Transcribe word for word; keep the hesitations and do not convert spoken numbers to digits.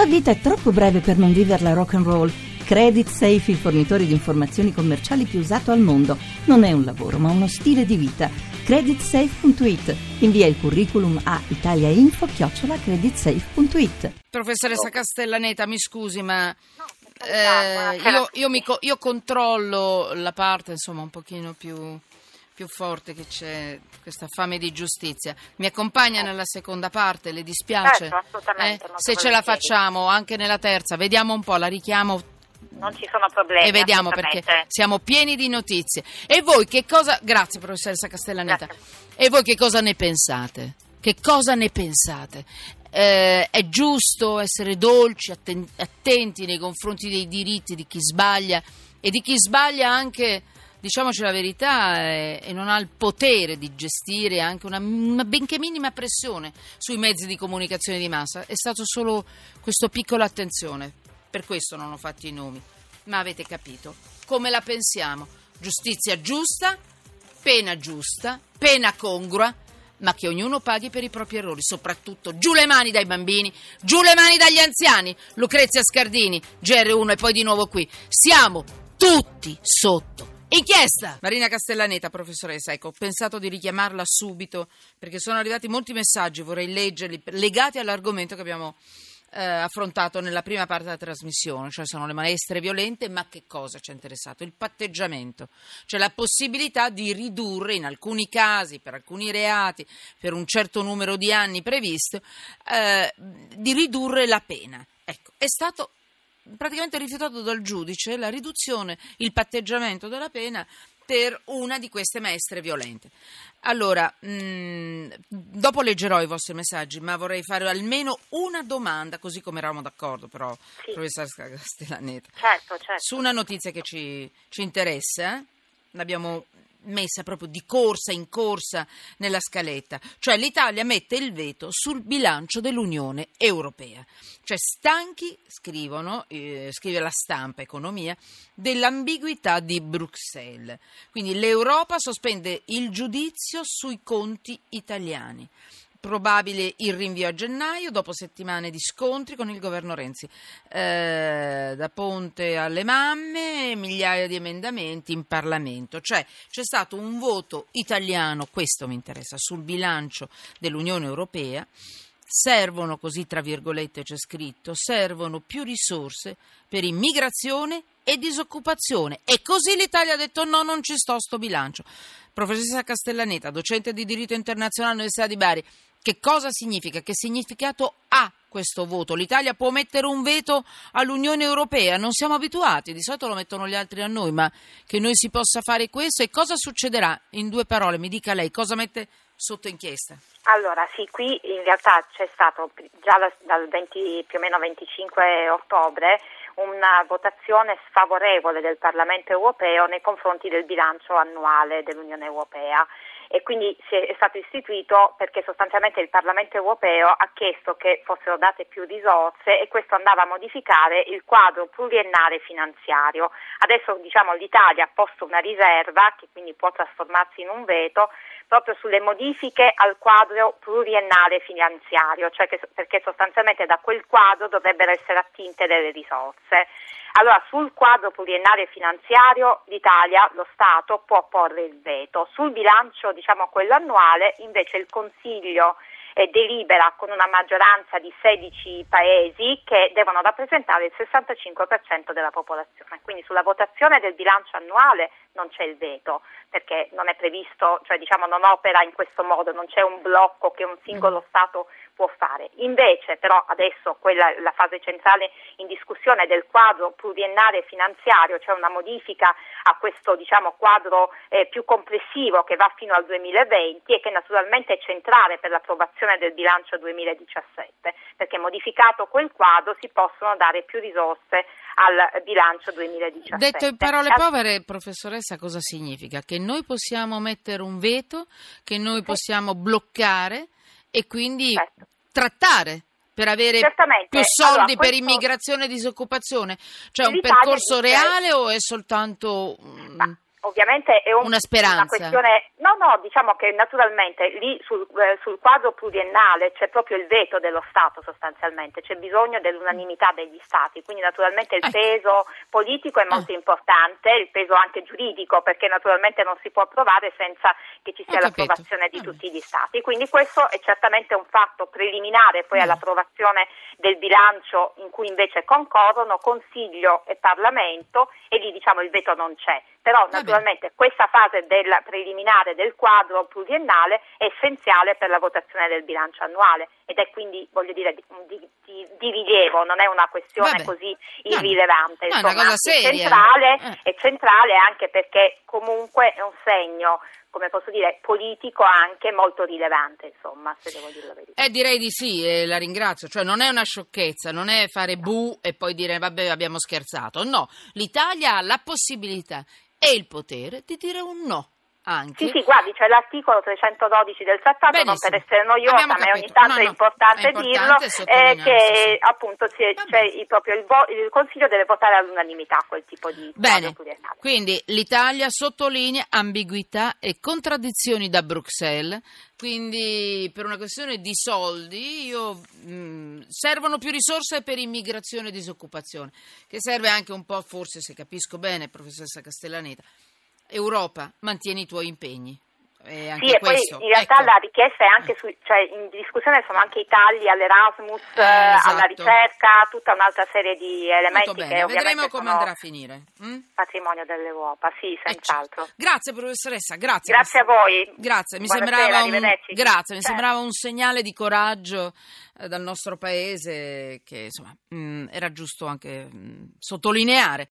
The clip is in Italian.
tua vita è troppo breve per non viverla rock and roll. Credit Safe, il fornitore di informazioni commerciali più usato al mondo. Non è un lavoro, ma uno stile di vita. credit safe punto it. Invia il curriculum a italiainfo chiocciola creditsafe punto it. Professoressa Castellaneta, mi scusi, ma No, eh, io, io, mi, co- io controllo la parte, insomma, un pochino più, più forte, che c'è questa fame di giustizia. Mi accompagna nella seconda parte, le dispiace? Certo, assolutamente. Eh? molto Se ce la volentieri. facciamo anche nella terza, vediamo un po', la richiamo. Non ci sono problemi. E vediamo, perché assolutamente. siamo pieni di notizie. E voi che cosa... Grazie, professoressa Castellaneta. Grazie. E voi che cosa ne pensate? Che cosa ne pensate? Eh, è giusto essere dolci, atten- attenti nei confronti dei diritti di chi sbaglia e di chi sbaglia anche, diciamoci la verità, eh, e non ha il potere di gestire anche una, una benché minima pressione sui mezzi di comunicazione di massa. È stato solo questo piccolo attenzione. Per questo non ho fatto i nomi, ma avete capito come la pensiamo. Giustizia giusta, pena giusta, pena congrua, ma che ognuno paghi per i propri errori. Soprattutto giù le mani dai bambini, giù le mani dagli anziani. Lucrezia Scardini, G R uno e poi di nuovo qui. Siamo tutti sotto inchiesta. Marina Castellaneta, professoressa, ecco, ho pensato di richiamarla subito perché sono arrivati molti messaggi, vorrei leggerli, legati all'argomento che abbiamo Eh, affrontato nella prima parte della trasmissione, cioè sono le maestre violente. Ma che cosa ci è interessato? Il patteggiamento, cioè la possibilità di ridurre in alcuni casi, per alcuni reati, per un certo numero di anni previsto, eh, di ridurre la pena. Ecco, è stato praticamente rifiutato dal giudice la riduzione, il patteggiamento della pena per una di queste maestre violente. Allora, mh, dopo leggerò i vostri messaggi, ma vorrei fare almeno una domanda, così come eravamo d'accordo, però, Sì. professoressa Castellaneta, Certo, certo. su una notizia che ci, ci interessa, eh? L'abbiamo messa proprio di corsa in corsa nella scaletta, cioè l'Italia mette il veto sul bilancio dell'Unione Europea, cioè stanchi, scrivono, eh, scrive la Stampa Economia, dell'ambiguità di Bruxelles, quindi l'Europa sospende il giudizio sui conti italiani. Probabile il rinvio a gennaio dopo settimane di scontri con il governo Renzi. Eh, da Ponte alle mamme, migliaia di emendamenti in Parlamento. Cioè c'è stato un voto italiano, questo mi interessa, sul bilancio dell'Unione Europea. Servono, così tra virgolette c'è scritto, servono più risorse per immigrazione e disoccupazione. E così l'Italia ha detto no, non ci sto sto bilancio. Professoressa Castellaneta, docente di diritto internazionale all'Università di Bari, che cosa significa? Che significato ha questo voto? L'Italia può mettere un veto all'Unione Europea? Non siamo abituati, di solito lo mettono gli altri a noi, ma che noi si possa fare questo? E cosa succederà? In due parole, mi dica lei, cosa mette sotto inchiesta? Allora, sì, qui in realtà c'è stato già da- dal venti, più o meno venticinque ottobre una votazione sfavorevole del Parlamento europeo nei confronti del bilancio annuale dell'Unione Europea. E quindi si è, è stato istituito perché sostanzialmente il Parlamento europeo ha chiesto che fossero date più risorse e questo andava a modificare il quadro pluriennale finanziario. Adesso diciamo l'Italia ha posto una riserva che quindi può trasformarsi in un veto proprio sulle modifiche al quadro pluriennale finanziario, cioè che, perché sostanzialmente da quel quadro dovrebbero essere attinte delle risorse. Allora, sul quadro pluriennale finanziario l'Italia, lo Stato, può porre il veto. Sul bilancio, diciamo quello annuale, invece il Consiglio eh, delibera con una maggioranza di sedici paesi che devono rappresentare il sessantacinque per cento della popolazione. Quindi sulla votazione del bilancio annuale non c'è il veto, perché non è previsto, cioè diciamo non opera in questo modo, non c'è un blocco che un singolo Stato può fare. Invece però adesso quella la fase centrale in discussione del quadro pluriennale finanziario, cioè una modifica a questo diciamo quadro eh, più complessivo che va fino al duemilaventi e che naturalmente è centrale per l'approvazione del bilancio duemiladiciassette, perché modificato quel quadro si possono dare più risorse al bilancio duemiladiciassette. Detto in parole povere, professoressa, cosa significa? Che noi possiamo mettere un veto, che noi possiamo bloccare e quindi Certo. trattare per avere Certamente. più soldi Allora, per questo... immigrazione e disoccupazione? Cioè un L'Italia percorso dice... reale o è soltanto... Ma Ovviamente è un, una speranza. Una questione, no, no, diciamo che naturalmente lì sul, eh, sul quadro pluriennale c'è proprio il veto dello Stato sostanzialmente, c'è bisogno dell'unanimità degli Stati, quindi naturalmente il ecco. peso politico è molto eh. importante, il peso anche giuridico, perché naturalmente non si può approvare senza che ci sia Ho l'approvazione capito. di Vabbè. tutti gli Stati, quindi questo è certamente un fatto preliminare poi eh. all'approvazione del bilancio in cui invece concorrono Consiglio e Parlamento, e lì diciamo il veto non c'è. Però naturalmente questa fase del preliminare del quadro pluriennale è essenziale per la votazione del bilancio annuale ed è quindi, voglio dire, di, di, di, di rilievo, non è una questione Vabbè. così No, irrilevante, no, è insomma, una cosa è seria. centrale, Eh. è centrale anche perché comunque è un segno, come posso dire, politico anche molto rilevante, insomma, se devo dire la verità. Eh, direi di sì, e la ringrazio. Cioè, non è una sciocchezza, non è fare bu e poi dire vabbè abbiamo scherzato. No, l'Italia ha la possibilità e il potere di dire un no. Anche. Sì, sì, guardi, c'è l'articolo trecentododici del trattato, Benissimo. non per essere noiosa, Abbiamo ma capito. ogni tanto No, è no, importante, è importante dirlo, eh, sottolinearsi, che sì. appunto c'è, c'è il, proprio il, vo- il Consiglio deve votare all'unanimità quel tipo di Bene, pluriennale. quindi l'Italia sottolinea ambiguità e contraddizioni da Bruxelles, quindi per una questione di soldi io, mh, servono più risorse per immigrazione e disoccupazione, che serve anche un po', forse se capisco bene, professoressa Castellaneta, Europa, mantieni i tuoi impegni. E anche sì, e questo, poi in realtà ecco. la richiesta è anche su, cioè in discussione sono anche i tagli all'Erasmus, Eh, alla esatto. ricerca, tutta un'altra serie di elementi Molto che bene, ovviamente vedremo come sono andrà a finire. Mm? patrimonio dell'Europa, sì, Eh, certo. senz'altro. Grazie professoressa, grazie. Grazie a voi. Grazie, mi Buonasera, sembrava un, arrivederci. grazie, mi Certo. sembrava un segnale di coraggio eh, dal nostro paese che insomma mh, era giusto anche mh, sottolineare.